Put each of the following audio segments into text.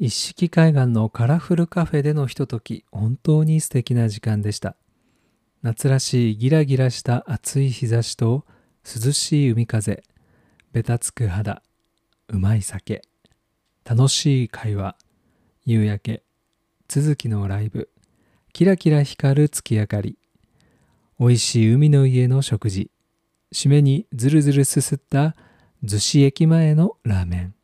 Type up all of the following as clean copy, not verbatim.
一色海岸のカラフルカフェでのひととき、本当に素敵な時間でした。夏らしいギラギラした暑い日差しと涼しい海風、べたつく肌、うまい酒、楽しい会話、夕焼け、続きのライブ、キラキラ光る月明かり、おいしい海の家の食事、締めにずるずるすすった逗子駅前のラーメン。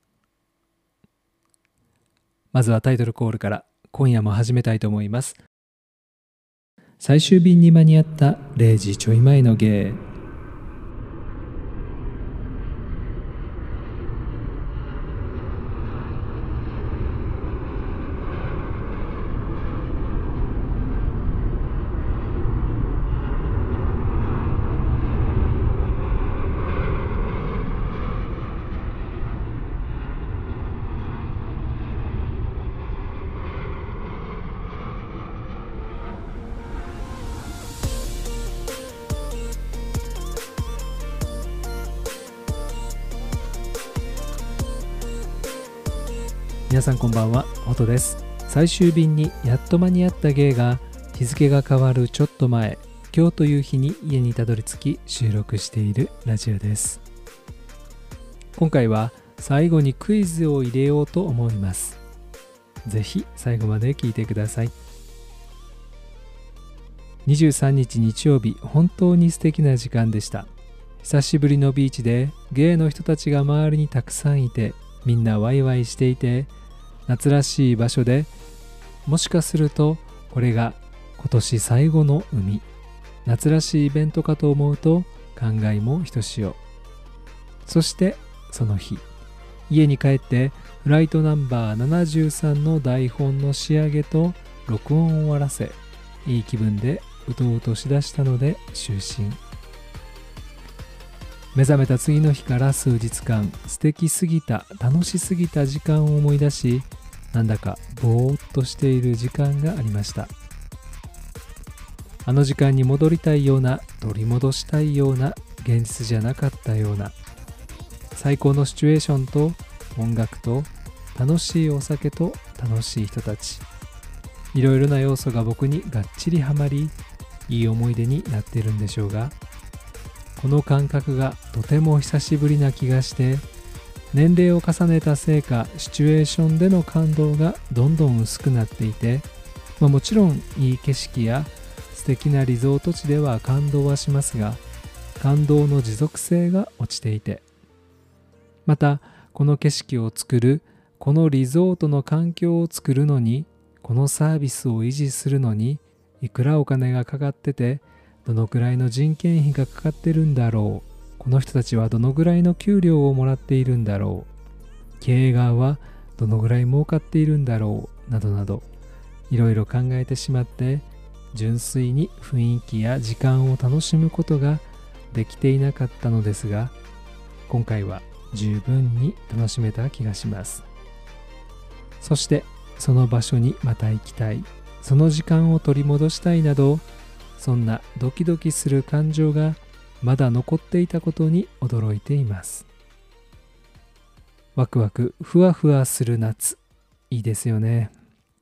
まずはタイトルコールから今夜も始めたいと思います。最終便に間に合った0時ちょい前の芸。皆さんこんばんは、ホトです。最終便にやっと間に合った芸が日付が変わるちょっと前、今日という日に家にたどり着き収録しているラジオです。今回は最後にクイズを入れようと思います。ぜひ最後まで聞いてください。23日日曜日、本当に素敵な時間でした。久しぶりのビーチでゲイの人たちが周りにたくさんいて、みんなワイワイしていて、夏らしい場所で、もしかするとこれが今年最後の海、夏らしいイベントかと思うと感慨もひとしお。そしてその日、家に帰ってフライトナンバー73の台本の仕上げと録音を終わらせ、いい気分でうとうとしだしたので就寝。目覚めた次の日から数日間、素敵すぎた、楽しすぎた時間を思い出し、なんだかぼーっとしている時間がありました。あの時間に戻りたいような、取り戻したいような、現実じゃなかったような、最高のシチュエーションと音楽と楽しいお酒と楽しい人たち、いろいろな要素が僕にがっちりはまり、いい思い出になっているんでしょうが、この感覚がとても久しぶりな気がして、年齢を重ねたせいかシチュエーションでの感動がどんどん薄くなっていて、もちろんいい景色や素敵なリゾート地では感動はしますが、感動の持続性が落ちていて、またこの景色を作る、このリゾートの環境を作るのに、このサービスを維持するのにいくらお金がかかってて、どのくらいの人件費がかかってるんだろう、この人たちはどのぐらいの給料をもらっているんだろう、経営側はどのぐらい儲かっているんだろう、などなどいろいろ考えてしまって、純粋に雰囲気や時間を楽しむことができていなかったのですが、今回は十分に楽しめた気がします。そしてその場所にまた行きたい、その時間を取り戻したいなど、そんなドキドキする感情がまだ残っていたことに驚いています。ワクワクふわふわする夏、いいですよね。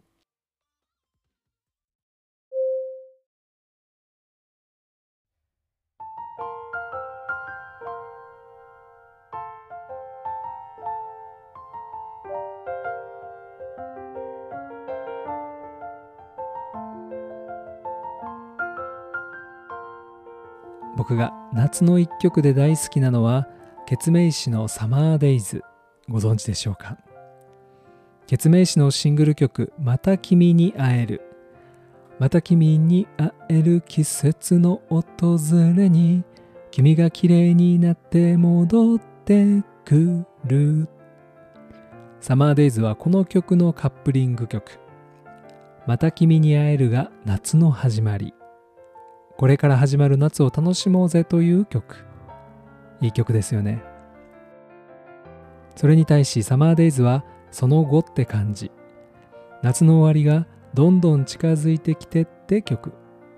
僕が夏の一曲で大好きなのはケツメイシのサマーデイズ、ご存知でしょうか。ケツメイシのシングル曲また君に会える、また君に会える季節の訪れに、君が綺麗になって戻ってくる。サマーデイズはこの曲のカップリング曲。また君に会えるが夏の始まり、これから始まる夏を楽しもうぜという曲。いい曲ですよね。それに対しサマーデイズはその後って感じ。夏の終わりがどんどん近づいてきてって曲。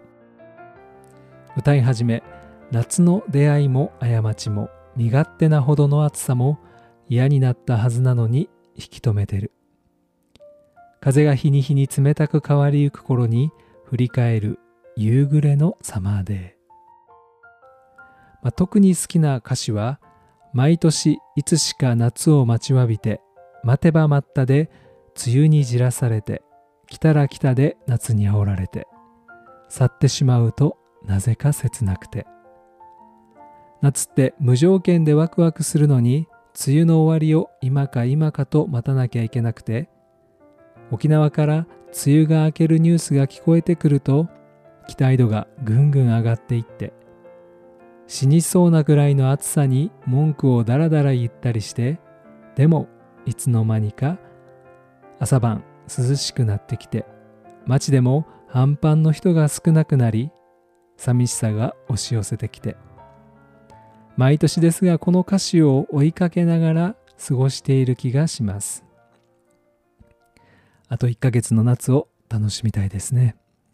歌い始め、夏の出会いも過ちも身勝手なほどの暑さも嫌になったはずなのに引き止めてる。 風が日に日に冷たく変わりゆく頃に振り返る夕暮れのサマーデー。特に好きな歌詞は、毎年いつしか夏を待ちわびて、待てば待ったで梅雨にじらされて、来たら来たで夏に煽られて、去ってしまうとなぜか切なくて。夏って無条件でワクワクするのに、梅雨の終わりを今か今かと待たなきゃいけなくて、沖縄から梅雨が明けるニュースが聞こえてくると、期待度がぐんぐん上がっていって、死にそうなぐらいの暑さに文句をだらだら言ったりして、でもいつの間にか朝晩涼しくなってきて、街でも半パンの人が少なくなり、寂しさが押し寄せてきて、毎年ですがこの歌詞を追いかけながら過ごしている気がします。あと1ヶ月の夏を楽しみたいですね。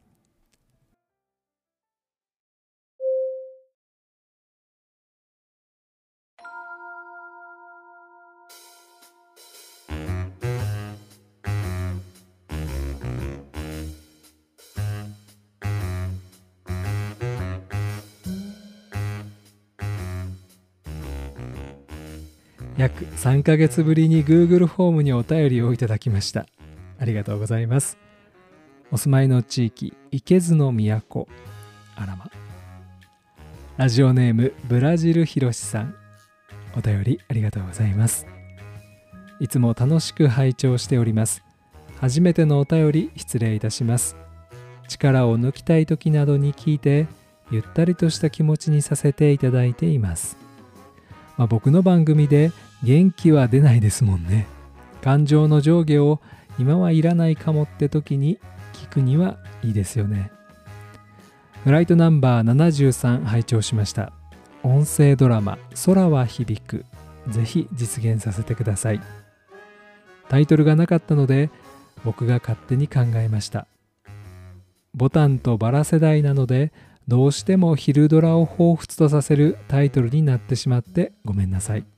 約3ヶ月ぶりに Google フォームにお便りをいただきました。ありがとうございます。お住まいの地域、池津の都。あらま。ラジオネーム、ブラジルひろしさん。お便りありがとうございます。いつも楽しく拝聴しております。初めてのお便り失礼いたします。力を抜きたい時などに聞いて、ゆったりとした気持ちにさせていただいています。僕の番組で元気は出ないですもんね。感情の上下を今はいらないかもって時に聞くにはいいですよね。フライトナンバー73拝聴しました。音声ドラマ空は響く。ぜひ実現させてください。タイトルがなかったので僕が勝手に考えました。ボタンとバラ世代なのでどうしても昼ドラを彷彿とさせるタイトルになってしまってごめんなさい。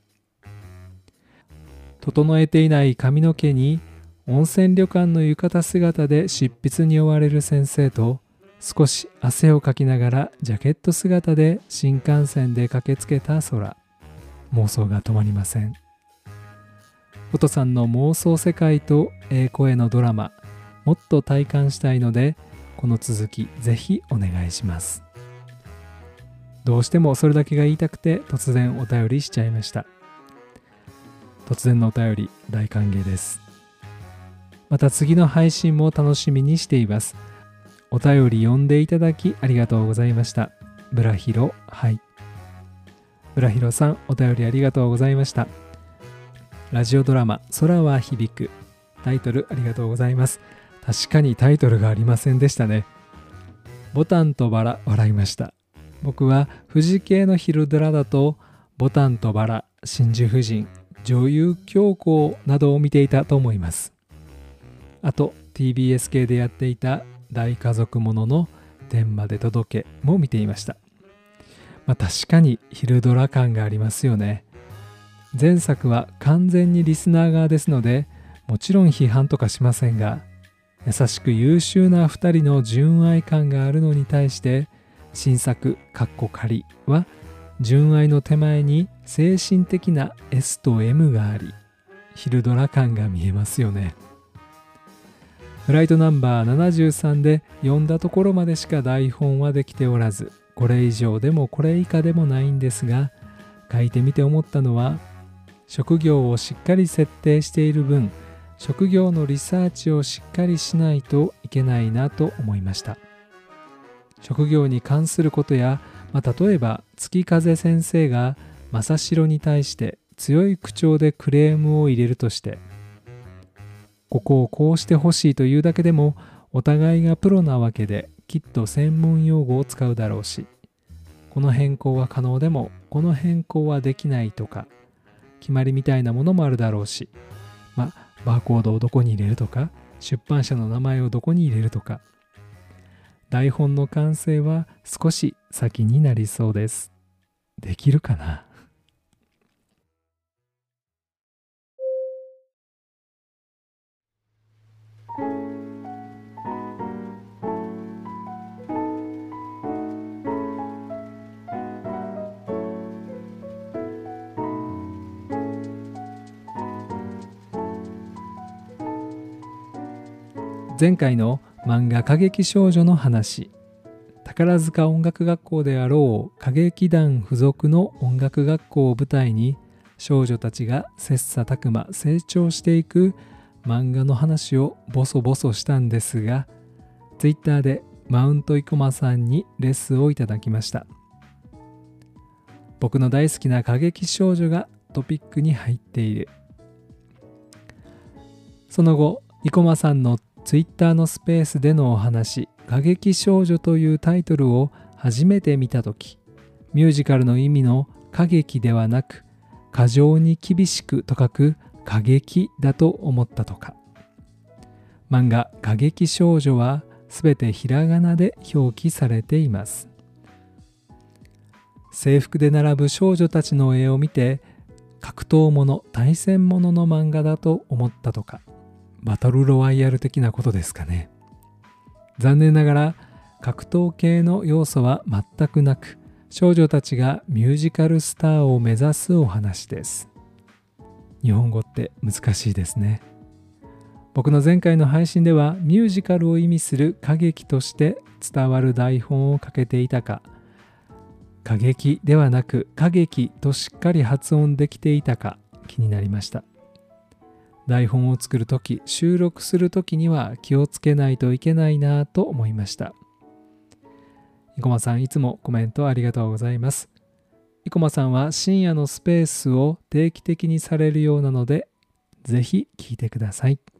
整えていない髪の毛に温泉旅館の浴衣姿で執筆に追われる先生と、少し汗をかきながらジャケット姿で新幹線で駆けつけた空。妄想が止まりません。フトさんの妄想世界と声のドラマ、もっと体感したいので、この続きぜひお願いします。どうしてもそれだけが言いたくて突然お便りしちゃいました。突然のお便り大歓迎です。また次の配信も楽しみにしています。お便り読んでいただきありがとうございました。ブラヒロ、はい。ブラヒロさん、お便りありがとうございました。ラジオドラマ空は響く。タイトルありがとうございます。確かにタイトルがありませんでしたね。ボタンとバラ、笑いました。僕は富士系の昼ドラだとボタンとバラ、真珠夫人、女優教皇などを見ていたと思います。あと TBS 系でやっていた大家族ものの天まで届けも見ていました。確かに昼ドラ感がありますよね。前作は完全にリスナー側ですので、もちろん批判とかしませんが、優しく優秀な2人の純愛感があるのに対して、新作仮は純愛の手前に精神的な S と M があり、昼ドラ感が見えますよね。フライトナンバー73で読んだところまでしか台本はできておらず、これ以上でもこれ以下でもないんですが、書いてみて思ったのは、職業をしっかり設定している分、職業のリサーチをしっかりしないといけないなと思いました。職業に関することや、例えば月風先生が正城に対して強い口調でクレームを入れるとして、ここをこうしてほしいというだけでもお互いがプロなわけで、きっと専門用語を使うだろうし、この変更は可能でもこの変更はできないとか、決まりみたいなものもあるだろうし、バーコードをどこに入れるとか、出版社の名前をどこに入れるとか、台本の完成は少し先になりそうです。できるかな？ 前回の漫画歌劇少女の話、宝塚音楽学校であろう歌劇団附属の音楽学校を舞台に少女たちが切磋琢磨成長していく漫画の話をボソボソしたんですが、ツイッターでマウント生駒さんにレスをいただきました。僕の大好きな歌劇少女がトピックに入っている。その後、生駒さんのツイッターのスペースでのお話、歌劇少女というタイトルを初めて見たとき、ミュージカルの意味の歌劇ではなく、過剰に厳しくと書く歌劇だと思ったとか。漫画歌劇少女はすべてひらがなで表記されています。制服で並ぶ少女たちの絵を見て、格闘もの、対戦ものの漫画だと思ったとか。バトルロワイヤル的なことですかね。残念ながら格闘系の要素は全くなく、少女たちがミュージカルスターを目指すお話です。日本語って難しいですね。僕の前回の配信ではミュージカルを意味する歌劇として伝わる台本をかけていたか、歌劇ではなく歌劇としっかり発音できていたか気になりました。台本を作るとき、収録するときには気をつけないといけないなと思いました。生駒さん、いつもコメントありがとうございます。生駒さんは深夜のスペースを定期的にされるようなので、ぜひ聞いてください。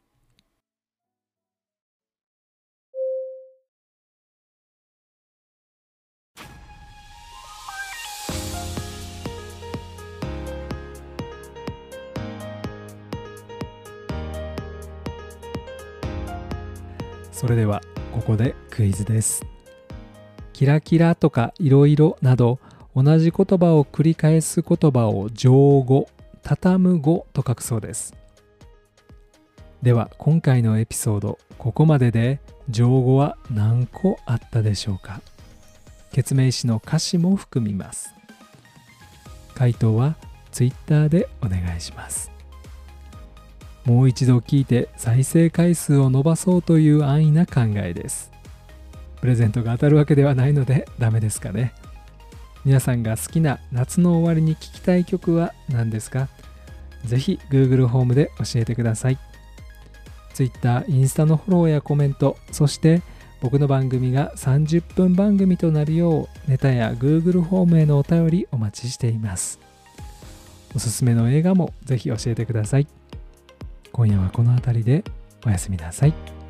それではここでクイズです。キラキラとかいろいろなど同じ言葉を繰り返す言葉を上語、畳む語と書くそうです。では今回のエピソード、ここまでで上語は何個あったでしょうか。結名詞の歌詞も含みます。回答はツイッターでお願いします。もう一度聞いて再生回数を伸ばそうという安易な考えです。プレゼントが当たるわけではないのでダメですかね。皆さんが好きな夏の終わりに聴きたい曲は何ですか？ぜひ Google ホームで教えてください。Twitter、インスタのフォローやコメント、そして僕の番組が30分番組となるようネタや Google ホームへのお便りお待ちしています。おすすめの映画もぜひ教えてください。今夜はこの辺りでおやすみなさい。